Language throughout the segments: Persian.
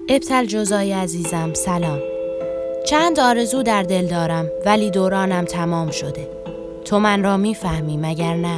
ابتلجزای عزیزم سلام. چند آرزو در دل دارم ولی دورانم تمام شده. تو من را میفهمی مگر نه؟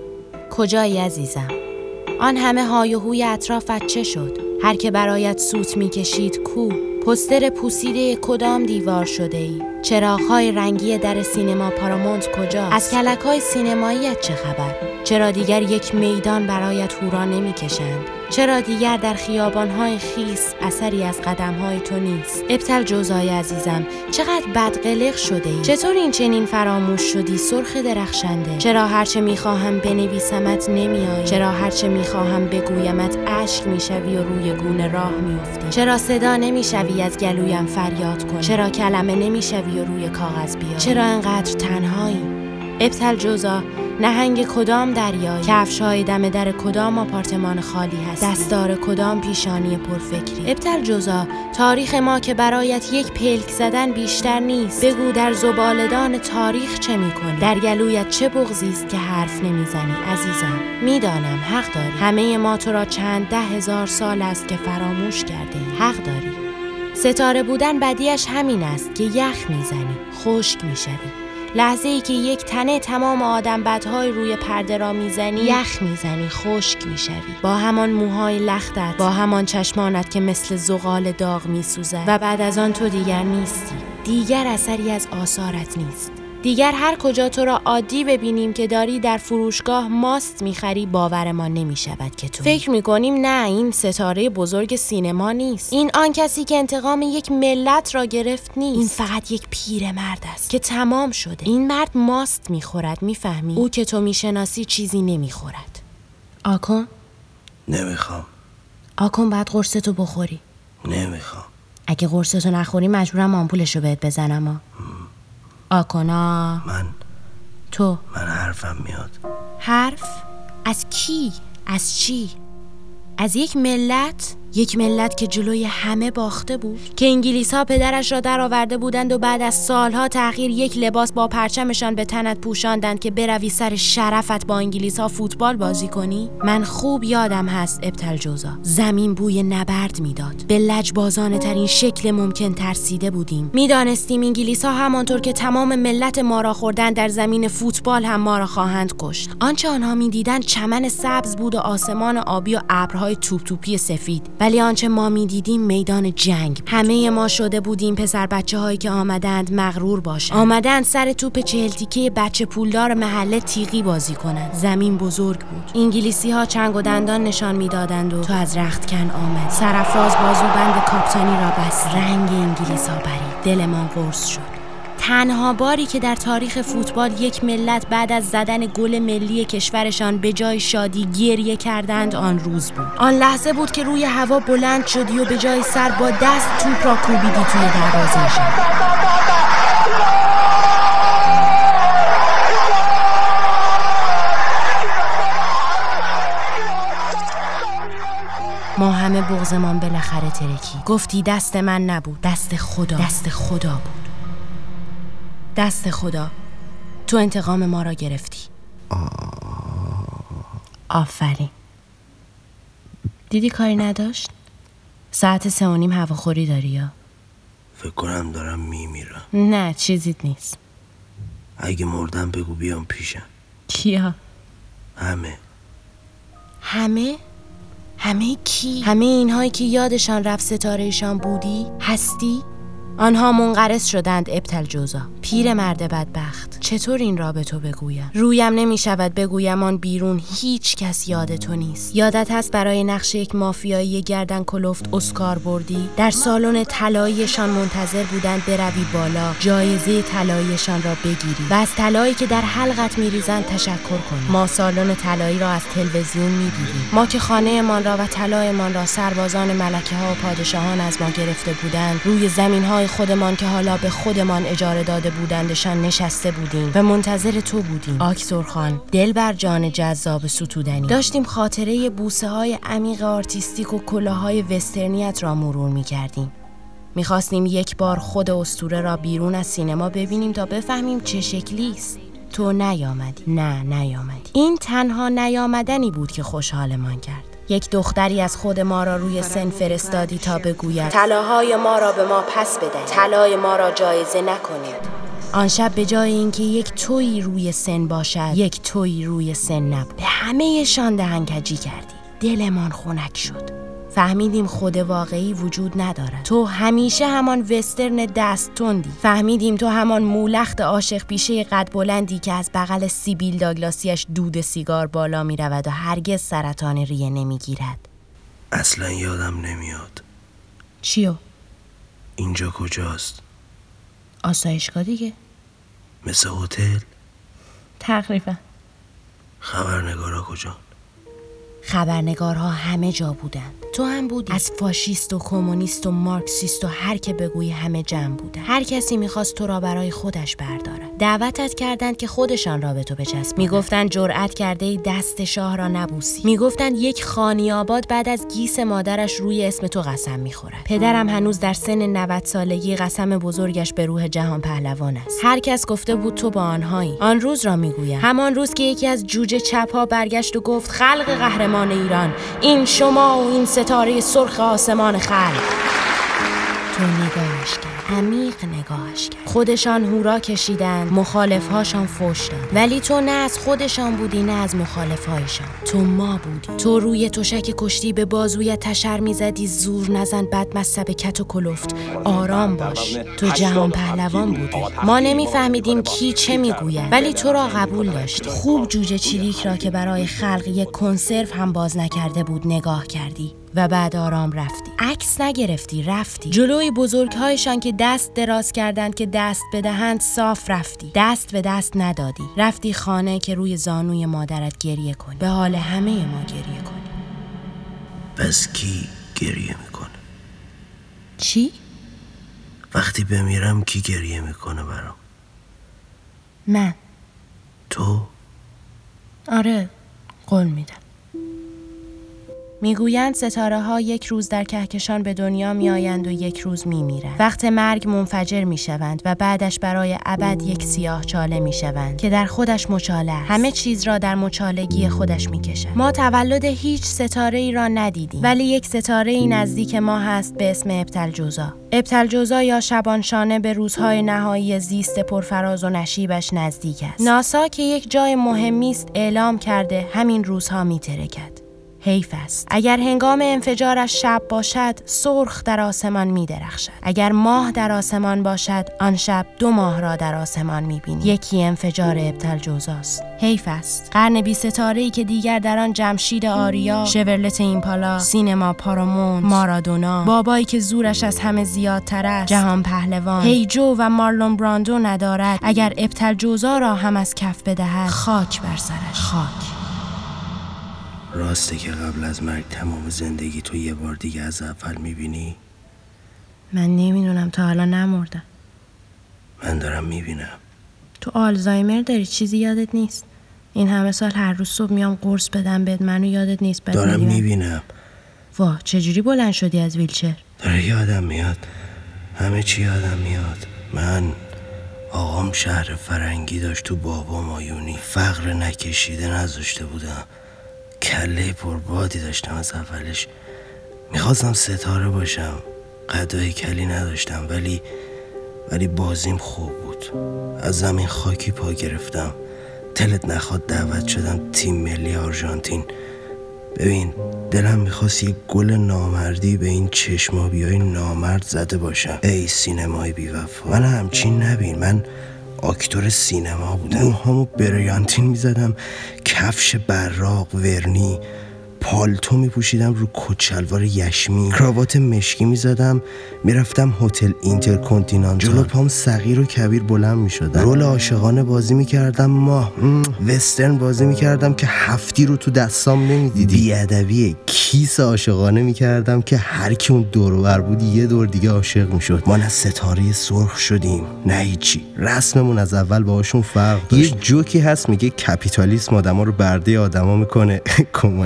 کجایی عزیزم؟ آن همه های و هوی اطرافت چه شد؟ هر که برایت سوت میکشید کو؟ پوستر پوسیده کدام دیوار شده ای؟ چراغ‌های رنگی در سینما پارامونت کجاست؟ از کلک‌های سینماییت چه خبر؟ چرا دیگر یک میدان برایت هورا نمی‌کشند؟ چرا دیگر در خیابان‌های خیس اثری از قدم‌های تو نیست؟ ابتلجزای عزیزم، چقدر بدقلق شده ای؟ چطور این چنین فراموش شدی سرخ درخشنده؟ چرا هرچه می‌خواهم بنویسمت نمی‌آیی؟ چرا هرچه می‌خواهم بگویمت اشک می‌شوی و روی گونه راه می‌افتی؟ چرا صدا نمی‌شوی از گلویم فریاد کنی؟ چرا کلمه نمی‌شوی و روی کاغذ بیایی؟ چرا انقدر تنهایی؟ ابتلجزا، نهنگ کدام دریایی؟ کفش‌های دم در کدام آپارتمان خالی هست؟ دستار کدام پیشانی پرفکری؟ ابتلجزا، تاریخ ما که برایت یک پلک زدن بیشتر نیست. بگو در زباله‌دان تاریخ چه می‌کنی؟ در گلویت چه بغضی است که حرف نمی‌زنی عزیزم؟ میدانم حق داری. همه ما تو را چند 10,000 سال است که فراموش کردیم. حق داری. ستاره بودن بدیش همین است که یخ می‌زنی، خشک می‌شوی. لحظه ای که یک تنه تمام آدم بدهای روی پرده را میزنی، یخ میزنی، خشک میشوی. با همان موهای لختت، با همان چشمانت که مثل زغال داغ میسوزد و بعد از آن تو دیگر نیستی. دیگر اثری از آثارت نیست. دیگر هر کجا تو را عادی ببینیم که داری در فروشگاه ماست میخری باورمان نمیشود که تو. فکر میکنیم نه، این ستاره بزرگ سینما نیست. این آن کسی که انتقام یک ملت را گرفت نیست. این فقط یک پیرمرد است که تمام شده. این مرد ماست میخورد، میفهمی؟ او که تو میشناسی چیزی نمیخورد. آکن؟ نمیخوام. آکن باید قرصتو بخوری. نمیخوام. اگه قرصتو نخوری مجبورم آمپولشو بهت بزنم. آکونا من حرفم میاد. حرف؟ از کی؟ از چی؟ از یک ملت؟ یک ملت که جلوی همه باخته بود، که انگلیس ها پدرش را در آورده بودند و بعد از سالها تغییر یک لباس با پرچمشان به تنت پوشاندند که بروی سر شرفت با انگلیس ها فوتبال بازی کنی. من خوب یادم هست ابتلجزا، زمین بوی نبرد میداد. به لجبازانه ترین شکل ممکن ترسیده بودیم. میدانستیم انگلیس ها همانطور که تمام ملت ما را خوردن در زمین فوتبال هم ما را خواهند کشت. آنچه آنها میدیدند چمن سبز بود و آسمان آبی و ابرهای توپ توپی سفید، ولی آنچه ما می‌دیدیم میدان جنگ. همه ما شده بودیم پسر بچه‌هایی که آمدند مغرور باشند. آمدند سر توپ 40 تیکه بچه پولدار محله تیغی بازی کنند. زمین بزرگ بود. انگلیسی‌ها چنگ و دندان نشان می‌دادند و تو از رختکن آمد. سرافراز بازوبند کاپتانی را بس. رنگ انگلیس‌ها برید. دلمان قرص شد. تنها باری که در تاریخ فوتبال یک ملت بعد از زدن گل ملی کشورشان به جای شادی گریه کردند آن روز بود. آن لحظه بود که روی هوا بلند شدی و به جای سر با دست توپ را کوبیدی توی دروازه‌شان. ما همه بغضمان بالاخره ترکی. گفتی دست من نبود، دست خدا. دست خدا بود. دست خدا. تو انتقام ما را گرفتی. آفرین. دیدی کاری نداشت؟ ساعت 3:30 هواخوری داری یا؟ فکر کنم دارم میمیرم. نه چیزیت نیست. اگه مردم بگو بیام پیشم. کیا؟ همه؟ همه کی؟ همه اینهایی که یادشان رفت ستارهشان بودی؟ هستی؟ آنها منقرض شدند ابتلجزا. پیر مرد بدبخت، چطور این را به تو بگویم؟ رویم نمی شود بگویم آن بیرون هیچ کس یاد تو نیست. یادت هست برای نقش یک مافیایی گردن کلفت اسکار بردی؟ در سالن طلاییشان منتظر بودند بروی بالا، جایزه طلاییشان را بگیری و از طلایی که در حلقت میریزند تشکر کنی. ما سالن طلایی را از تلویزیون میدیدیم. ما که خانه من را و طلایمان را سربازان ملکه ها و پادشاهان از ما گرفته بودند، روی زمین های خودمان که حالا به خودمان اجاره داده بودندشان نشسته بودیم و منتظر تو بودیم. آکسورخان، دل بر جان جذاب ستودنی. داشتیم خاطره بوسه های عمیق آرتیستیک و کلاهای وسترنیت را مرور می کردیم. می خواستیم یک بار خود اسطوره را بیرون از سینما ببینیم تا بفهمیم چه شکلی است. تو نیامدی. نه نیامدی. این تنها نیامدنی بود که خوشحالمان کرد. یک دختری از خود ما را روی سن فرستادی تا بگوید طلاهای ما را به ما پس بدهید، طلای ما را جایزه نکنید. آن شب به جای اینکه یک تویی روی سن باشد، یک تویی روی سن نبود. به همه‌شان دهنکجی کردی. دلمان خنک شد. فهمیدیم خود واقعی وجود ندارد. تو همیشه همان وسترن دست تندی. فهمیدیم تو همان مولخت عاشق پیشه قد بلندی که از بغل سیبیل داگلاسیش دود سیگار بالا می رود و هرگز سرطان ریه نمی گیرد. اصلا یادم نمیاد. چیو؟ اینجا کجاست؟ آسایشگاه دیگه. مثل هتل؟ تقریبا. خبرنگارا کجا؟ خبرنگارها همه جا بودند. تو هم بودی. از فاشیست و کمونیست و مارکسیست و هر که بگوی همه جمع بودن. هر کسی میخواست تو را برای خودش بردارد. دعوتت کردند که خودشان را به تو بچسبند. میگفتند جرأت کرده ای دست شاه را نبوسی. میگفتند یک خانیاباد بعد از گیس مادرش روی اسم تو قسم میخورد. پدرم هنوز در سن 90 سالگی قسم بزرگش به روح جهان پهلوان است. هر کس گفته بود تو با آنهایی. آن روز را میگویم. همان روز که یکی از جوجه چپ‌ها برگشت و گفت خلق قهرمان ایران، این شما و این ستاره سرخ آسمان خلق. تو نگاهش کرد، عمیق نگاهش کرد. خودشان هورا کشیدند، مخالفهاشان فحش دادند. ولی تو نه از خودشان بودی نه از مخالفهایشان. تو ما بودی. تو روی تشک کشتی به بازویت تشر میزدی زور نزن بد مصب کت و کلفت. آرام باش. تو جهان پهلوان بودی. ما نمیفهمیدیم کی چه میگوید ولی تو را قبول داشت. خوب جوجه چریک را که برای خلق یک کنسرو هم باز نکرده بود نگاه کردی و بعد آرام رفتی. عکس نگرفتی، رفتی. جلوی بزرگهایشان که دست دراز کردند که دست بدهند صاف رفتی. دست به دست ندادی. رفتی خانه که روی زانوی مادرت گریه کنی. به حال همه ما گریه کنی. پس کی گریه میکنه؟ چی؟ وقتی بمیرم کی گریه میکنه برام؟ من. تو؟ آره، قول میدم. میگویند ستاره ها یک روز در کهکشان به دنیا می آیند و یک روز می میرند. وقت مرگ منفجر می شوند و بعدش برای ابد یک سیاه چاله می شوند که در خودش مچاله است. همه چیز را در مچالگی خودش می کشد. ما تولد هیچ ستاره ای را ندیدیم ولی یک ستاره ای نزدیک ما هست به اسم ابتلجوزا. ابتلجوزا یا شبانشانه به روزهای نهایی زیست پرفراز و نشیبش نزدیک است. ناسا که یک جای مهمی است اعلام کرده همین روزها می ترکد. حیف است. اگر هنگام انفجارش شب باشد سرخ در آسمان می درخشد. اگر ماه در آسمان باشد آن شب 2 ماه را در آسمان می بینی. یکی انفجار ابتلجوزاست. حیف است. قرن 20 ستاره‌ای که دیگر در آن جمشید آریا، شورلت ایمپالا، سینما پارامونت، مارادونا، بابایی که زورش از همه زیادتر است، جهان پهلوان، هیجو و مارلون براندو ندارد. اگر ابتلجوزا را هم از کف بدهد خاک بر سرش. خاک. راسته که قبل از مرگ تمام زندگی تو یه بار دیگه از اول میبینی؟ من نمیدونم، تا حالا نمردم. من دارم میبینم. تو آلزایمر داری، چیزی یادت نیست. این همه سال هر روز صبح میام قرص بدم بهت، منو یادت نیست. دارم میبینم. واه، چجوری بلند شدی از ویلچر؟ داره یادم میاد، همه چی یادم میاد. من آقام شهر فرنگی داشت، تو بابا مایونی فقر نکشیده نذاشته بودم. کله پربادی داشتم از اولش. میخواستم ستاره باشم، قدای کلی نداشتم ولی بازیم خوب بود. از زمین خاکی پا گرفتم. دلت نخواد دعوت شدم تیم ملی آرژانتین. ببین دلم میخواست یک گل نامردی به این چشمابیای نامرد زده باشم. ای سینمای بی‌وفا، من همچین نبین. من آکتور سینما بودم. موهامو بریانتین میزدم، کفش براق ورنی، پالتو میپوشیدم رو کچلوار یشمی، کراوات مشکی میزدم، میرفتم هتل اینترکانتینانتال، جلو پام صغیر و کبیر بلند میشدم، رول عاشقانه بازی میکردم، وسترن بازی میکردم که هفتی رو تو دستام نمیدیدی، بیادبی کیس عاشقانه میکردم که هر کی اون دور و بر بود یه دور دیگه عاشق میشد. ما نه ستاره سرخ شدیم نه هیچی، رسممون از اول باهاشون فرق داشت. یه جوکی هست میگه کپیتالیسم آدما رو برده آدما میکنه، کمونیسم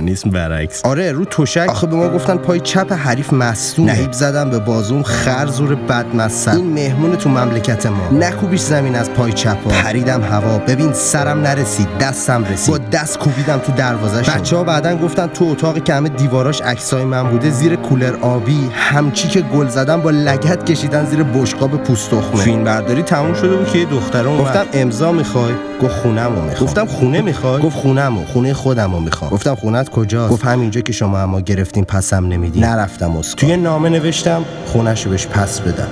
برعکس. آره رو تشک. آخه به ما گفتن پای چپ حریف مصدومه. نهیب زدم به بازوم، خرزور بدمصب. این مهمون تو مملکت ما، نکوبیش زمین از پای چپا. پریدم هوا، ببین سرم نرسید دستم رسید، با دست کوبیدم تو دروازه‌شون. بچه‌ها بعدن گفتن تو اتاقی که همه دیواراش عکسای من بوده، زیر کولر آبی همچی که گل زدن با لگد کشیدن زیر بشقاب پوست تخمه. فیلم برداری تموم شده بود که دختره اومد. گفتم امضا میخوای؟ گفت خونه‌مو میخوام. گفتم خونه میخوای؟ گفت خونه‌مو، خونه خودمو میخوام. گفتم خونت کجاست؟ گفت همینجا که شما اما گرفتین پسم نمیدین. نرفتم اسکار. توی نامه نوشتم خونه‌شو بهش پس بدم.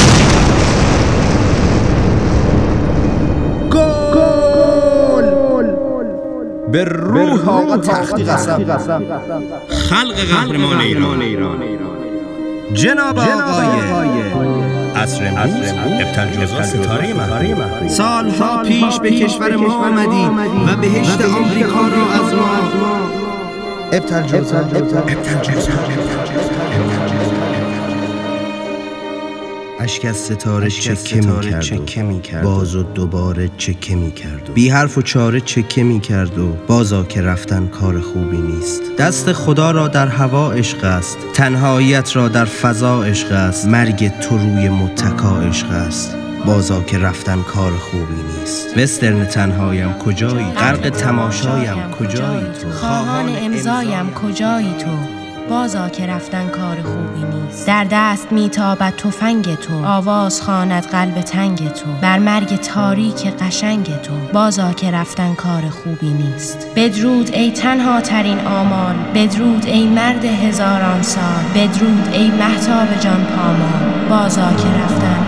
گل به روح آقا تختی قسم. خلق قهرمان ایران. جناب آقای عصر امروز ابتلجوزا ستاره مهر. سالها پیش به کشور ما آمدید و بهشت آمریکا را از ما. ابتلجوزا اشک از ستاره چکه میکرد، باز و دوباره چکه میکرد و بی حرف و چاره چکه میکرد و بازا که رفتن کار خوبی نیست. دست خدا را در هوا عشق است، تنهاییت را در فضا عشق است، مرگ تو روی متکا عشق است، بازا که رفتن کار خوبی نیست. وسترن تنهایم کجایی، غرق تماشایم کجایی تو، خواهان امضایم کجایی تو، بازا که رفتن کار خوبی نیست. در دست میتابد تفنگ تو، آواز خواند قلب تنگ تو، بر مرگ تاریک قشنگ تو، بازا که رفتن کار خوبی نیست. بدرود ای تنها ترین آمال، بدرود ای مرد هزاران سال، بدرود ای مهتاب جان پامال، بازا که رفتن